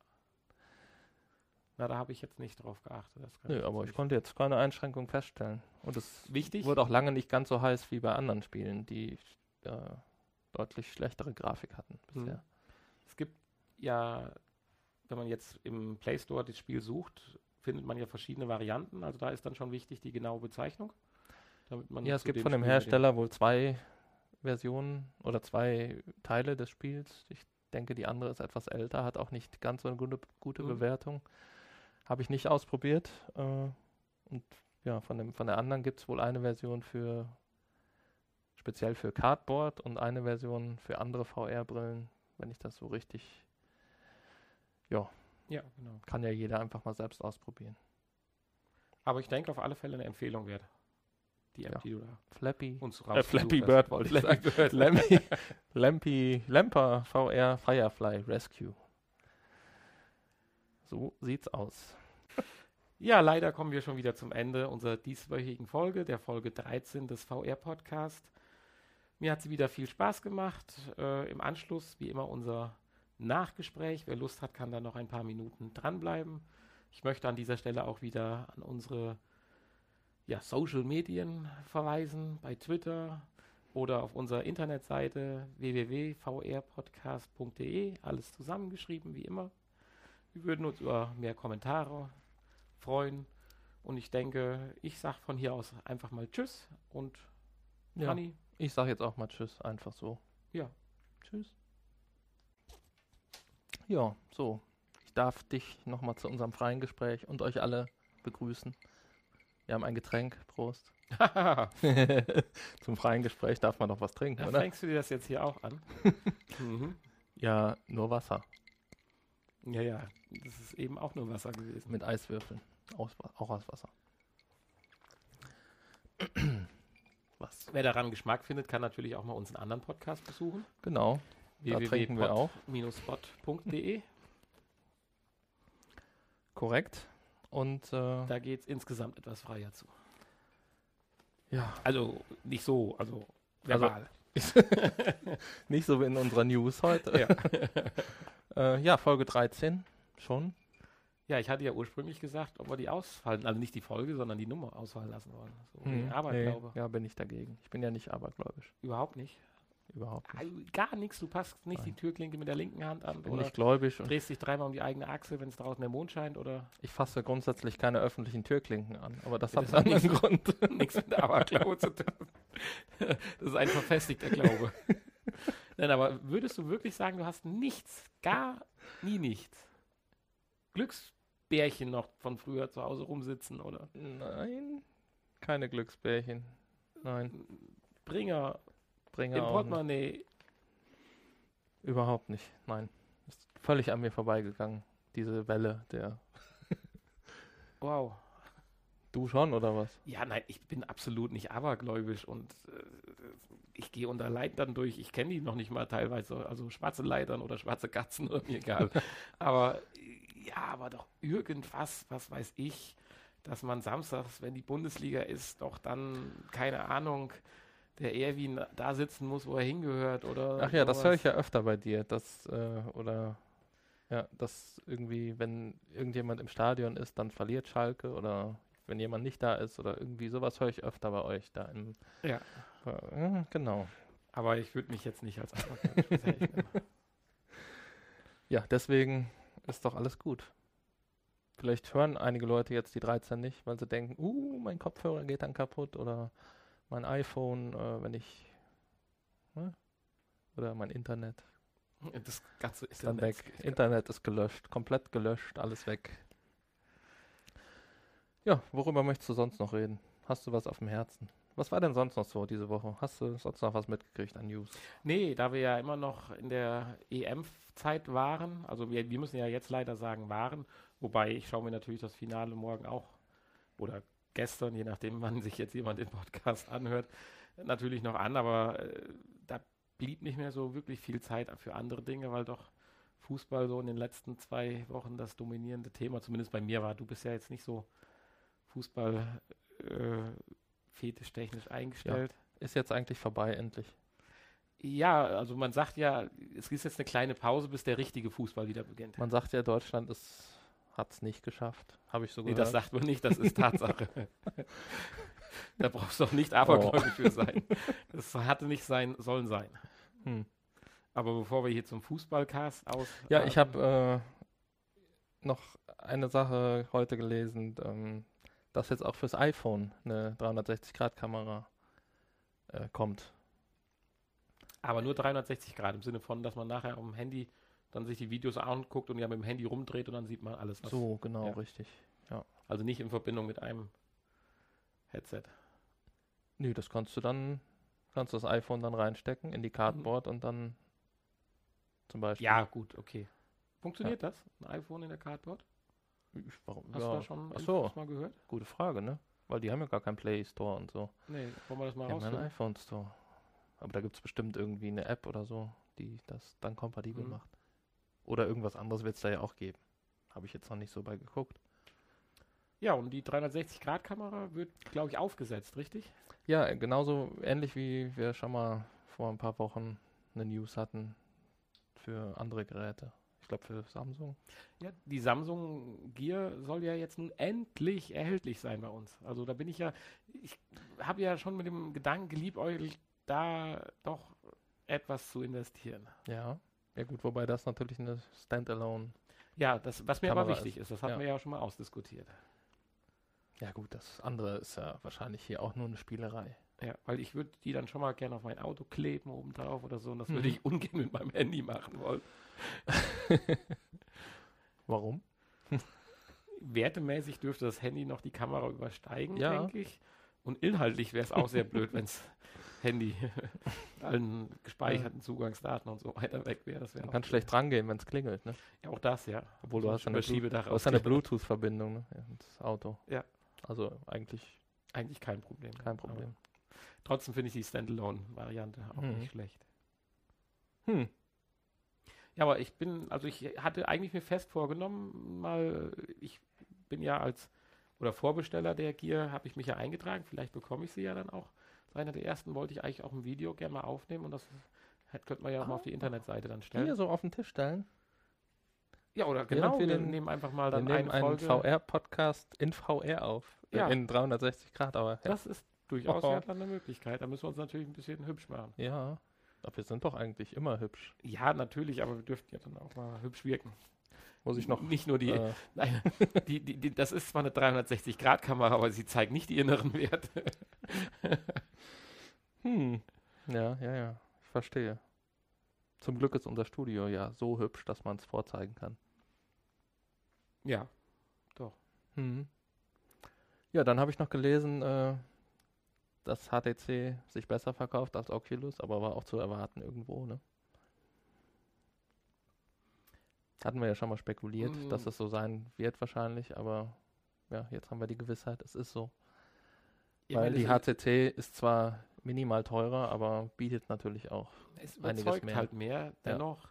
Na, da habe ich jetzt nicht drauf geachtet. Das Nö, ich aber nicht. ich konnte jetzt keine Einschränkung feststellen. Und es Wichtig? wurde auch lange nicht ganz so heiß wie bei anderen Spielen, die äh, deutlich schlechtere Grafik hatten bisher. Hm. Es gibt ja, wenn man jetzt im Play Store das Spiel sucht, findet man ja verschiedene Varianten. Also da ist dann schon wichtig die genaue Bezeichnung. Damit man ja, es gibt dem von dem Spiel Hersteller wohl zwei Versionen oder zwei Teile des Spiels. Ich denke, die andere ist etwas älter, hat auch nicht ganz so eine gute, gute Mhm. Bewertung. Habe ich nicht ausprobiert. Äh, und ja, von, dem, von der anderen gibt es wohl eine Version für speziell für Cardboard und eine Version für andere V R-Brillen, wenn ich das so richtig... Ja, Ja, genau. kann ja jeder einfach mal selbst ausprobieren. Aber ich denke auf alle Fälle eine Empfehlung wert. Die App, Ja. die du da Flappy, uns äh, rausgesucht Flappy hast. Bird wollte ich sagen. Flappy Bird. Lampy, Lampy, Lamper V R Firefly Rescue. So sieht's aus. Ja, leider kommen wir schon wieder zum Ende unserer dieswöchigen Folge, der Folge dreizehn des V R-Podcasts. Mir hat sie wieder viel Spaß gemacht. Äh, Im Anschluss, wie immer, unser Nachgespräch. Wer Lust hat, kann da noch ein paar Minuten dranbleiben. Ich möchte an dieser Stelle auch wieder an unsere ja, Social Medien verweisen, bei Twitter oder auf unserer Internetseite w w w punkt v r podcast punkt d e. Alles zusammengeschrieben, wie immer. Wir würden uns über mehr Kommentare freuen. Und ich denke, ich sage von hier aus einfach mal Tschüss und Ja, Fanny, ich sage jetzt auch mal Tschüss, einfach so. ja, Tschüss. Ja, so. Ich darf dich nochmal zu unserem freien Gespräch und euch alle begrüßen. Wir haben ein Getränk. Prost. da Zum freien Gespräch darf man doch was trinken, oder? fängst du dir das jetzt hier auch an. mhm. Ja, nur Wasser. Ja, ja, das ist eben auch nur Wasser gewesen. Mit Eiswürfeln. Aus, auch aus Wasser. Was? Wer daran Geschmack findet, kann natürlich auch mal unseren anderen Podcast besuchen. Genau. Da trinken wir auch. w w w punkt spot punkt d e. Korrekt. Und äh, Da geht es insgesamt etwas freier zu. ja, Also nicht so, also Also- verbal. nicht so wie in unserer News heute. ja. Äh, ja, Folge dreizehn schon. ja, ich hatte ja ursprünglich gesagt, ob wir die ausfallen, also nicht die Folge, sondern die Nummer ausfallen lassen wollen. So, Hm, nee, Aberglaube. nee, ja, bin ich dagegen. Ich bin ja nicht abergläubisch. Überhaupt nicht. Überhaupt nicht. Also gar nichts, du passt nicht Nein. die Türklinke mit der linken Hand an Ich bin oder nicht gläubig und drehst dich dreimal um die eigene Achse, wenn es draußen der Mond scheint oder ich fasse grundsätzlich keine öffentlichen Türklinken an. Aber das Ja, hat das einen hat anderen nichts- Grund. nichts mit Aberglaube zu tun. Das ist ein verfestigter Glaube. Nein, aber würdest du wirklich sagen, du hast nichts, gar nie nichts? Glücksbärchen noch von früher zu Hause rumsitzen oder Nein, keine Glücksbärchen. Nein, Bringer Bringer im auch nicht. Portemonnaie? Überhaupt nicht. Nein, ist völlig an mir vorbeigegangen. Diese Welle der... Wow. Du schon, oder was? Ja, nein, ich bin absolut nicht abergläubisch und äh, ich gehe unter Leitern durch. Ich kenne die noch nicht mal teilweise, also schwarze Leitern oder schwarze Katzen oder mir egal. Aber äh, ja, aber doch irgendwas, was weiß ich, dass man samstags, wenn die Bundesliga ist, doch dann, keine Ahnung, der Erwin da sitzen muss, wo er hingehört oder Ach ja, das sowas. höre ich ja öfter bei dir. Das, äh, oder... Ja, dass irgendwie, wenn irgendjemand im Stadion ist, dann verliert Schalke oder wenn jemand nicht da ist oder irgendwie sowas höre ich öfter bei euch da im... Ja. Äh, genau. Aber ich würde mich jetzt nicht als abergläubisch bezeichnen. Ja, deswegen ist doch alles gut. Vielleicht hören einige Leute jetzt die dreizehn nicht, weil sie denken, uh, mein Kopfhörer geht dann kaputt oder mein iPhone, äh, wenn ich... Ne? Oder mein Internet Das ganze ist dann Internet weg. geht Internet ist gelöscht, komplett gelöscht, alles weg. Ja, worüber möchtest du sonst noch reden? Hast du was auf dem Herzen? Was war denn sonst noch so diese Woche? Hast du sonst noch was mitgekriegt an News? Nee, da wir ja immer noch in der E M-Zeit waren, also wir, wir müssen ja jetzt leider sagen waren, wobei ich schaue mir natürlich das Finale morgen auch oder gestern, je nachdem, wann sich jetzt jemand den Podcast anhört, natürlich noch an, aber äh, da blieb nicht mehr so wirklich viel Zeit für andere Dinge, weil doch Fußball so in den letzten zwei Wochen das dominierende Thema, zumindest bei mir war. Du bist ja jetzt nicht so Fußball äh, fetischtechnisch eingestellt. Ist jetzt eigentlich vorbei, endlich. Ja, also man sagt ja, es ist jetzt eine kleine Pause, bis der richtige Fußball wieder beginnt. Man sagt ja, Deutschland hat es nicht geschafft. Habe ich so Nee, gehört. das sagt man nicht, das ist Tatsache. Da brauchst du auch nicht abergläubisch für sein. Das hatte nicht sein, sollen sein. Hm. Aber bevor wir hier zum Fußballcast aus... Ja, ich habe äh, noch eine Sache heute gelesen, ähm, dass jetzt auch fürs iPhone eine dreihundertsechzig Grad Kamera äh, kommt. Aber nur dreihundertsechzig Grad, im Sinne von, dass man nachher am Handy dann sich die Videos anguckt und ja mit dem Handy rumdreht und dann sieht man alles. Was So, genau, ja. richtig. Ja. Also nicht in Verbindung mit einem Headset. Nö, das kannst du dann, kannst das iPhone dann reinstecken in die Cardboard mhm. und dann zum Beispiel. Ja, gut, okay. Funktioniert ja. das? Ein iPhone in der Cardboard? Ich, warum, Hast ja. du da schon Ach so. mal gehört? Gute Frage, ne? Weil die haben ja gar keinen Play Store und so. Nee, wollen wir das mal rausfinden? Die haben einen rausfinden? iPhone Store. Aber da gibt es bestimmt irgendwie eine App oder so, die das dann kompatibel mhm. macht. Oder irgendwas anderes wird es da ja auch geben. Habe ich jetzt noch nicht so bei geguckt. Ja, und die dreihundertsechzig Grad Kamera wird, glaube ich, aufgesetzt, richtig? Ja, genauso ähnlich wie wir schon mal vor ein paar Wochen eine News hatten für andere Geräte. Ich glaube für Samsung. Ja, die Samsung Gear soll ja jetzt nun endlich erhältlich sein bei uns. Also da bin ich ja, ich habe ja schon mit dem Gedanken geliebäugelt, da doch etwas zu investieren. Ja, ja gut, wobei das natürlich eine Standalone. Ja, das, was mir Kamera aber wichtig ist, ist, das hatten ja. wir ja schon mal ausdiskutiert. Ja gut, das andere ist ja wahrscheinlich hier auch nur eine Spielerei. Ja, weil ich würde die dann schon mal gerne auf mein Auto kleben oben drauf oder so und das mhm. würde ich ungern mit meinem Handy machen wollen. Warum? Wertemäßig dürfte das Handy noch die Kamera übersteigen, ja. denke ich. Und inhaltlich wäre es auch sehr blöd, wenn das Handy allen gespeicherten ja. Zugangsdaten und so weiter weg wäre. Das wär Man kann schlecht drangehen, wenn es klingelt, ne? Ja, auch das, ja. Obwohl du hast eine, Blu- hast eine Bluetooth-Verbindung, ne? Ja, ins Auto. Ja. Also eigentlich... Eigentlich kein Problem. Kein Problem. Aber trotzdem finde ich die Standalone-Variante auch hm. nicht schlecht. Hm. Ja, aber ich bin, also ich hatte eigentlich mir fest vorgenommen, mal, ich bin ja als, oder Vorbesteller der Gear, habe ich mich ja eingetragen, vielleicht bekomme ich sie ja dann auch. Als einer der ersten wollte ich eigentlich auch ein Video gerne mal aufnehmen und das hat, könnte man ja auch ah, mal auf die Internetseite dann stellen. Hier so auf den Tisch stellen? Ja, oder genau, wir, wir den, nehmen einfach mal dann wir nehmen eine einen Folge. V R-Podcast in V R auf. Ja. In dreihundertsechzig Grad, aber... Ja. Das ist durchaus oh. ja dann eine Möglichkeit. Da müssen wir uns natürlich ein bisschen hübsch machen. Ja, aber wir sind doch eigentlich immer hübsch. Ja, natürlich, aber wir dürften ja dann auch mal hübsch wirken. Muss ich noch... Nicht nur die... Äh, nein, die, die, die, das ist zwar eine dreihundertsechzig Grad Kamera, aber sie zeigt nicht die inneren Werte. hm, ja, ja, ja, ich verstehe. Zum Glück ist unser Studio ja so hübsch, dass man es vorzeigen kann. Ja, doch. Hm. Ja, dann habe ich noch gelesen, äh, dass H T C sich besser verkauft als Oculus, aber war auch zu erwarten irgendwo, ne? Hatten wir ja schon mal spekuliert, mm. dass es so sein wird wahrscheinlich, aber ja, jetzt haben wir die Gewissheit, es ist so. Ja, weil die H T C ist zwar minimal teurer, aber bietet natürlich auch es einiges mehr. halt mehr, dennoch. Ja.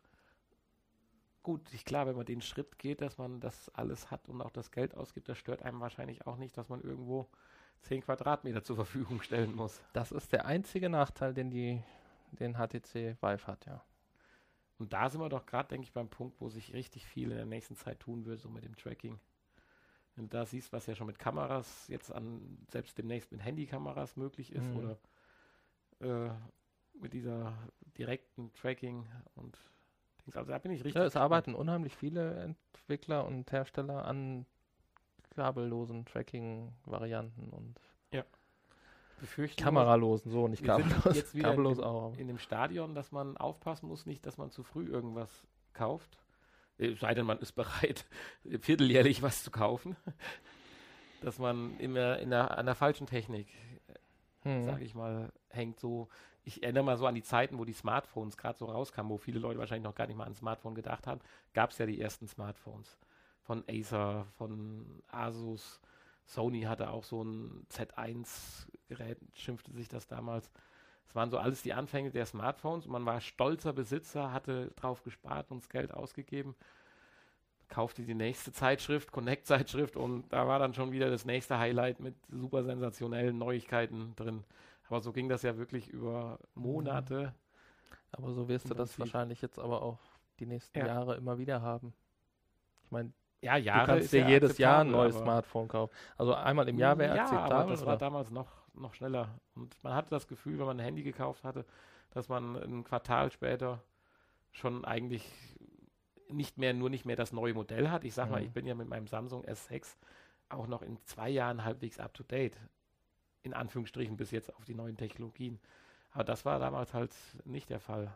Gut, ich klar, wenn man den Schritt geht, dass man das alles hat und auch das Geld ausgibt, das stört einem wahrscheinlich auch nicht, dass man irgendwo zehn Quadratmeter zur Verfügung stellen muss. Das ist der einzige Nachteil, den die, den H T C Vive hat, ja. Und da sind wir doch gerade, denke ich, beim Punkt, wo sich richtig viel in der nächsten Zeit tun wird, so mit dem Tracking. Wenn du da siehst, was ja schon mit Kameras jetzt an, selbst demnächst mit Handykameras möglich ist, mhm. oder äh, mit dieser direkten Tracking und also da bin ich richtig. Ja, es arbeiten unheimlich viele Entwickler und Hersteller an kabellosen Tracking-Varianten und ja. kameralosen, so nicht kabellos. Jetzt wieder kabellos in, dem, auch. in dem Stadion, dass man aufpassen muss, nicht, dass man zu früh irgendwas kauft. Es sei denn, man ist bereit, vierteljährlich was zu kaufen. Dass man immer in der, an der falschen Technik, hm. sage ich mal, hängt so. Ich erinnere mal so an die Zeiten, wo die Smartphones gerade so rauskamen, wo viele Leute wahrscheinlich noch gar nicht mal an Smartphone gedacht haben, gab es ja die ersten Smartphones von Acer, von Asus. Sony hatte auch so ein Z eins Gerät, schimpfte sich das damals. Es waren so alles die Anfänge der Smartphones und man war stolzer Besitzer, hatte drauf gespart und das Geld ausgegeben, kaufte die nächste Zeitschrift, Connect-Zeitschrift und da war dann schon wieder das nächste Highlight mit super sensationellen Neuigkeiten drin. Aber so ging das ja wirklich über Monate. Aber so wirst du das wahrscheinlich jetzt aber auch die nächsten ja. Jahre immer wieder haben. Ich meine, ja, Jahre du kannst dir ja jedes Jahr ein neues Smartphone kaufen. Also einmal im Jahr wäre ja, akzeptabel. Aber das oder? war damals noch, noch schneller. Und man hatte das Gefühl, wenn man ein Handy gekauft hatte, dass man ein Quartal später schon eigentlich nicht mehr, nur nicht mehr das neue Modell hat. Ich sag mhm. mal, ich bin ja mit meinem Samsung S sechs auch noch in zwei Jahren halbwegs up to date. In Anführungsstrichen bis jetzt auf die neuen Technologien. Aber das war damals halt nicht der Fall.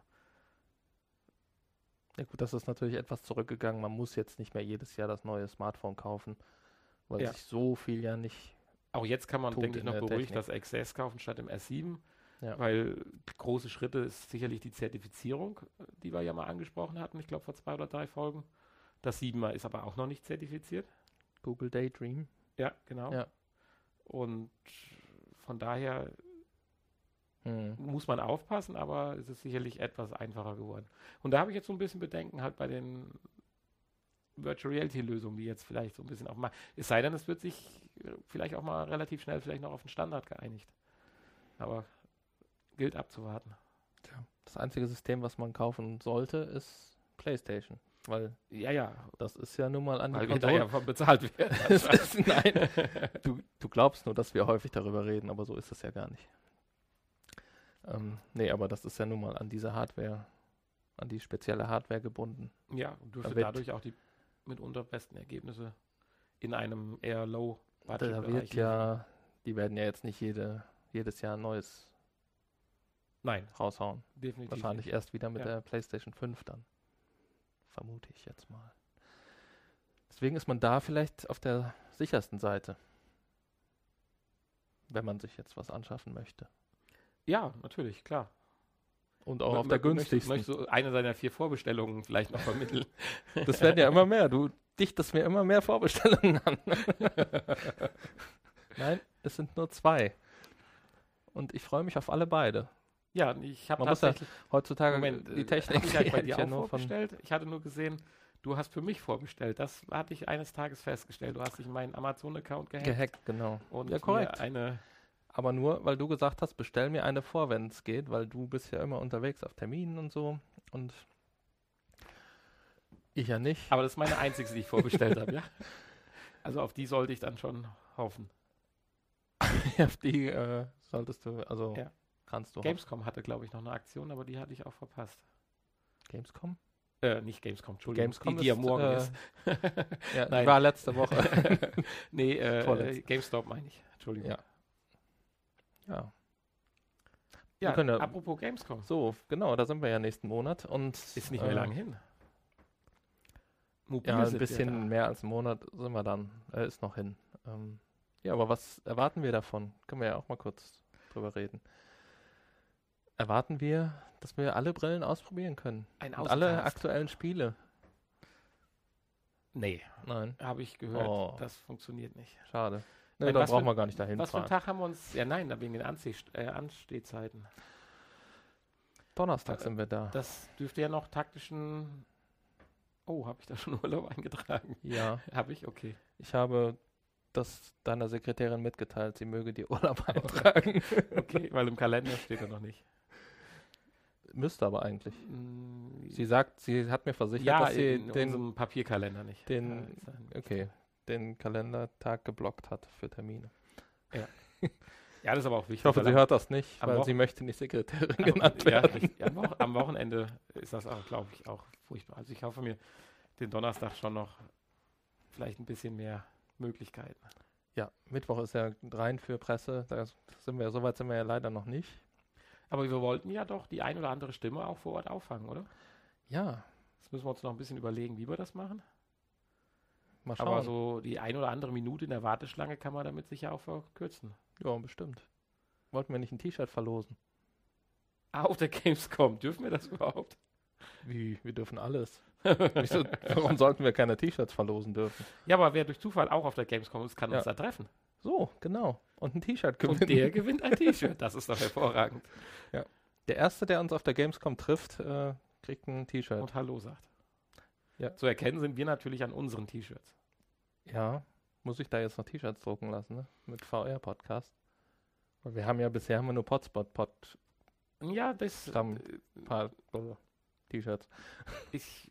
Ja gut, das ist natürlich etwas zurückgegangen. Man muss jetzt nicht mehr jedes Jahr das neue Smartphone kaufen, weil Ja. sich so viel ja nicht... Auch jetzt kann man, Tut denke ich, in noch der beruhigt Technik. das X S kaufen statt dem S sieben, Ja. weil große Schritte ist sicherlich die Zertifizierung, die wir ja mal angesprochen hatten, ich glaube vor zwei oder drei Folgen. Das siebener ist aber auch noch nicht zertifiziert. Google Daydream. Ja, genau. Ja. Und von daher Hm. muss man aufpassen, aber es ist sicherlich etwas einfacher geworden. Und da habe ich jetzt so ein bisschen Bedenken halt bei den Virtual Reality Lösungen, die jetzt vielleicht so ein bisschen auf mal, es sei denn, es wird sich vielleicht auch mal relativ schnell vielleicht noch auf den Standard geeinigt. Aber gilt abzuwarten. Das einzige System, was man kaufen sollte, ist PlayStation, weil Ja, ja, das ist ja nun mal an die weil wir da Konsole. ja von bezahlt werden. Es ist, nein, du, du glaubst nur, dass wir häufig darüber reden, aber so ist es ja gar nicht. Ähm, nee, aber das ist ja nun mal an diese Hardware, an die spezielle Hardware gebunden. Ja, und dürfte Da wird- dadurch auch die mitunter besten Ergebnisse in einem eher low Da budget wird ja, die werden ja jetzt nicht jede, jedes Jahr ein neues Nein, raushauen. definitiv Wahrscheinlich nicht. erst wieder mit Ja. der PlayStation fünf dann. Vermute ich jetzt mal. Deswegen ist man da vielleicht auf der sichersten Seite, wenn man sich jetzt was anschaffen möchte. Ja, natürlich, klar. Und auch Mö- auf der mö- günstigsten. Möchtest, möchtest du eine deiner vier Vorbestellungen vielleicht noch vermitteln? Das werden ja immer mehr. Du dichtest mir immer mehr Vorbestellungen an. Nein, es sind nur zwei. Und ich freue mich auf alle beide. Ja, ich habe Man muss ja tatsächlich, Heutzutage Moment, die äh, Technik, hab ich halt bei die dir ja auch nur von... vorbestellt. Ich hatte nur gesehen, du hast für mich vorbestellt. Das hatte ich eines Tages festgestellt. Du hast dich in meinen Amazon-Account gehackt. Gehackt, genau. Und Ja, mir korrekt. eine, Aber nur, weil du gesagt hast, bestell mir eine vor, wenn es geht, weil du bist ja immer unterwegs auf Terminen und so. Und ich ja nicht. aber das ist meine einzige, die ich vorbestellt habe, ja? Also auf die sollte ich dann schon hoffen. Auf die äh, solltest du, also Ja. kannst du. Gamescom hatte, glaube ich, noch eine Aktion, aber die hatte ich auch verpasst. Gamescom? Äh, nicht Gamescom, Entschuldigung. Gamescom die, die ja ist, morgen äh, ist. Ja, die Nein. war letzte Woche. nee, äh, Vorletzte. GameStop meine ich. Entschuldigung. Ja. Ja. Ja, Wir können ja- apropos Gamescom. So, genau, da sind wir ja nächsten Monat und Ist nicht mehr äh, lang hin. Mobil Ja, ein sind wir bisschen da. mehr als einen Monat sind wir dann. Äh, ist noch hin. Ähm, ja, aber was erwarten wir davon? Können wir ja auch mal kurz drüber reden. Erwarten wir, dass wir alle Brillen ausprobieren können? Ein Und alle Außencast. aktuellen Spiele? Nee, Nein, habe ich gehört. Oh. Das funktioniert nicht. schade. Ne, Nein, dann was brauchen für- wir gar nicht dahin Was für einen fahren. Tag haben wir uns... Ja, nein, da wegen den Ansteh äh, Anstehzeiten. Donnerstag Äh, sind wir da. Das dürfte ja noch taktischen... Oh, habe ich da schon Urlaub eingetragen? Ja, Habe ich? Okay. ich habe das deiner Sekretärin mitgeteilt, sie möge die Urlaub eintragen. Okay, weil im Kalender steht er noch nicht. Müsste aber eigentlich. Mm, Sie sagt, sie hat mir versichert, ja, dass sie in den, unserem Papierkalender nicht. den- Ja, ist ein- okay, den Kalendertag geblockt hat für Termine. ja, das ist aber auch wichtig. Ich hoffe, weil sie am- hört das nicht, am weil Wochen- sie möchte nicht Sekretärin am- genannt ja, werden. richtig. am, Wo am Wochenende ist das auch, glaube ich, auch furchtbar. Also ich hoffe mir den Donnerstag schon noch vielleicht ein bisschen mehr Möglichkeiten. Ja, Mittwoch ist ja rein für Presse, da sind wir, soweit sind wir ja leider noch nicht. Aber wir wollten ja doch die ein oder andere Stimme auch vor Ort auffangen, oder? Ja, Das müssen wir uns noch ein bisschen überlegen, wie wir das machen. mal schauen. Aber so die ein oder andere Minute in der Warteschlange kann man damit sicher auch verkürzen. Ja, bestimmt. Wollten wir nicht ein T-Shirt verlosen? Ah, auf der Gamescom. Dürfen wir das überhaupt? Wie, wir dürfen alles. Wieso, warum sollten wir keine T-Shirts verlosen dürfen? Ja, aber wer durch Zufall auch auf der Gamescom ist, kann Ja. uns da treffen. So, genau. Und ein T-Shirt gewinnen. Und der gewinnt ein T-Shirt. Das ist doch hervorragend. Der Erste, der uns auf der Gamescom trifft, äh, kriegt ein T-Shirt. Und Hallo sagt. Ja. Zu erkennen sind wir natürlich an unseren T-Shirts. Ja, muss ich da jetzt noch T-Shirts drucken lassen, ne? Mit V R-Podcast. Weil wir haben ja bisher haben wir nur Potspot-Pod Ja, das Stamm- äh, paar äh, T-Shirts. ich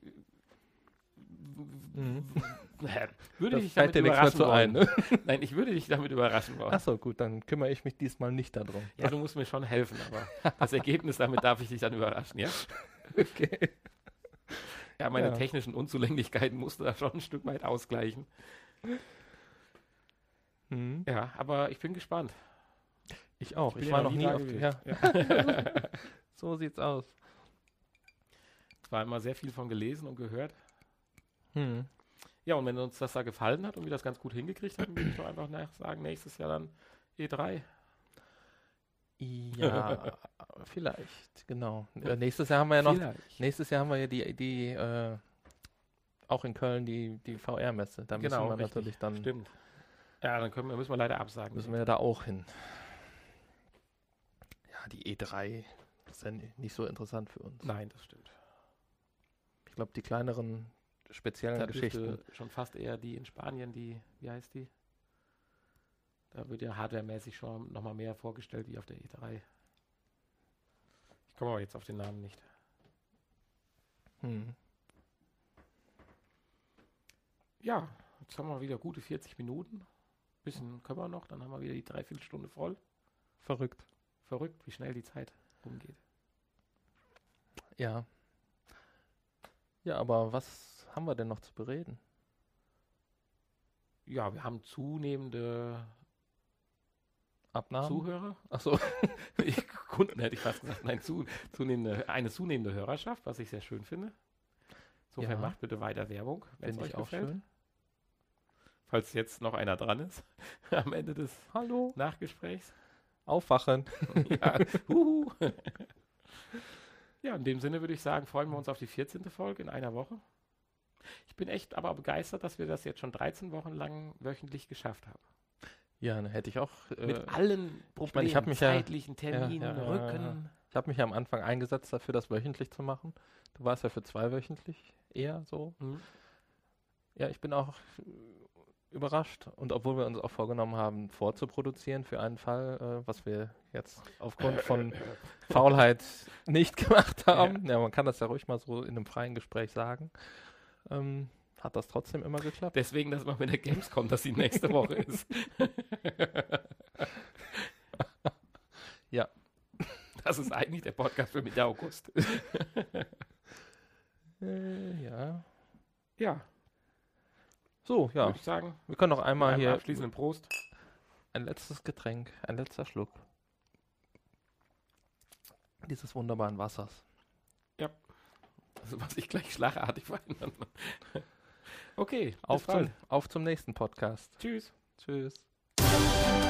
Mhm. würde Das dich fällt damit dir nichts mehr überraschen zu ein, wollen. ne? Nein, ich würde dich damit überraschen wollen. Achso, gut, dann kümmere ich mich diesmal nicht darum. Ja, du musst mir schon helfen, aber das Ergebnis, damit darf ich dich dann überraschen, ja? Okay. Ja, meine Ja. technischen Unzulänglichkeiten musst du da schon ein Stück weit ausgleichen. Mhm. Ja, aber ich bin gespannt. Ich auch. Ich Ich, bin war ja noch nie nie da auf gewesen. ja. Ja. So sieht's aus. Zwar immer sehr viel von gelesen und gehört. Hm. Ja, und wenn uns das da gefallen hat und wir das ganz gut hingekriegt haben, würde ich doch einfach nach sagen, nächstes Jahr dann E drei. Ja, vielleicht, genau. Äh, nächstes Jahr haben wir ja noch, Vielleicht. nächstes Jahr haben wir ja die, die äh, auch in Köln die, die V R-Messe. Da müssen Genau, wir richtig. natürlich dann, Stimmt. Ja, dann können wir, müssen wir leider absagen. müssen wir ja da auch hin. Ja, die E drei ist ja ni- nicht so interessant für uns. Nein, das stimmt. Ich glaube, die kleineren speziellen Da Geschichten. dürfte schon fast eher die in Spanien, die, wie heißt die? Da wird ja hardwaremäßig schon nochmal mehr vorgestellt wie auf der E drei. Ich komme aber jetzt auf den Namen nicht. Hm. Ja, jetzt haben wir wieder gute vierzig Minuten. Bisschen können wir noch, dann haben wir wieder die Dreiviertelstunde voll. Verrückt. Verrückt, wie schnell die Zeit rumgeht. Ja. Ja, aber was haben wir denn noch zu bereden? Ja, wir haben zunehmende Abnahmen? Zuhörer. Achso. Ich, Kunden hätte ich fast gesagt. Nein, zu, zunehmende, eine zunehmende Hörerschaft, was ich sehr schön finde. Insofern Ja. macht bitte weiter Werbung, wenn es Finde euch ich auch gefällt. schön. Falls jetzt noch einer dran ist, am Ende des Hallo. Nachgesprächs. Aufwachen. Ja, huhu. Ja, in dem Sinne würde ich sagen, freuen wir uns auf die vierzehnte Folge in einer Woche. Ich bin echt aber begeistert, dass wir das jetzt schon dreizehn Wochen lang wöchentlich geschafft haben. Ja, dann hätte ich auch. Äh, Mit allen Problemen, meine, ich hab mich ja- zeitlichen Terminen, ja, ja, ja, Rücken. Ich habe mich ja am Anfang eingesetzt dafür, das wöchentlich zu machen. Du warst ja für zweiwöchentlich eher so. Mhm. Ja, ich bin auch äh, überrascht. Und obwohl wir uns auch vorgenommen haben, vorzuproduzieren für einen Fall, äh, was wir jetzt aufgrund von Faulheit nicht gemacht haben, ja. Man kann das ja ruhig mal so in einem freien Gespräch sagen, ähm, hat das trotzdem immer geklappt. Deswegen, dass man mit der Gamescom, dass die nächste Woche ist. Ja. Das ist eigentlich der Podcast für Mitte August. Äh, ja. Ja, So, ja. würde ich sagen, Wir können noch einmal einen hier abschließenden Prost. ein letztes Getränk, ein letzter Schluck dieses wunderbaren Wassers. Also was ich gleich schlagartig verändern. Okay, bis Auf bald. zum, auf zum nächsten Podcast. Tschüss. Tschüss.